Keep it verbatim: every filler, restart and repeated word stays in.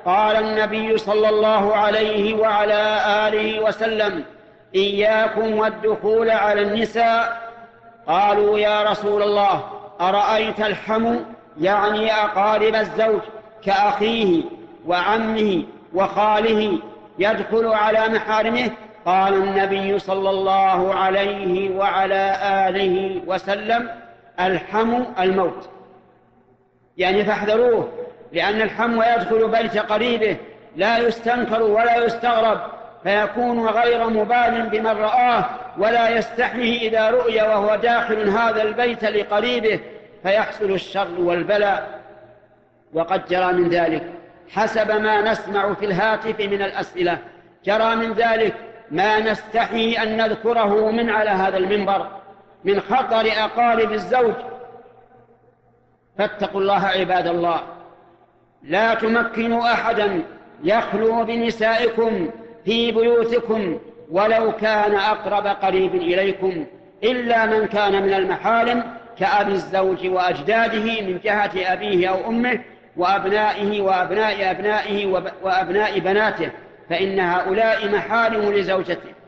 قال النبي صلى الله عليه وعلى آله وسلم: إياكم والدخول على النساء. قالوا: يا رسول الله، أرأيت الحمو، يعني أقارب الزوج كأخيه وعمه وخاله، يدخل على محارمه؟ قال النبي صلى الله عليه وعلى آله وسلم: الحمو الموت، يعني فاحذروه، لأن الحمو يدخل بيت قريبه، لا يستنكر ولا يستغرب، فيكون غير مبال بمن رآه، ولا يستحيه إذا رؤي وهو داخل هذا البيت لقريبه، فيحصل الشر والبلاء. وقد جرى من ذلك حسب ما نسمع في الهاتف من الأسئلة، جرى من ذلك ما نستحي أن نذكره من على هذا المنبر من خطر أقارب الزوج. فاتقوا الله عباد الله، لا تمكنوا أحدا يخلو بنسائكم في بيوتكم ولو كان أقرب قريب إليكم، إلا من كان من المحارم كأبي الزوج وأجداده من جهة أبيه أو أمه، وأبنائه وأبناء أبنائه وأبناء بناته، فإن هؤلاء محارم لزوجته.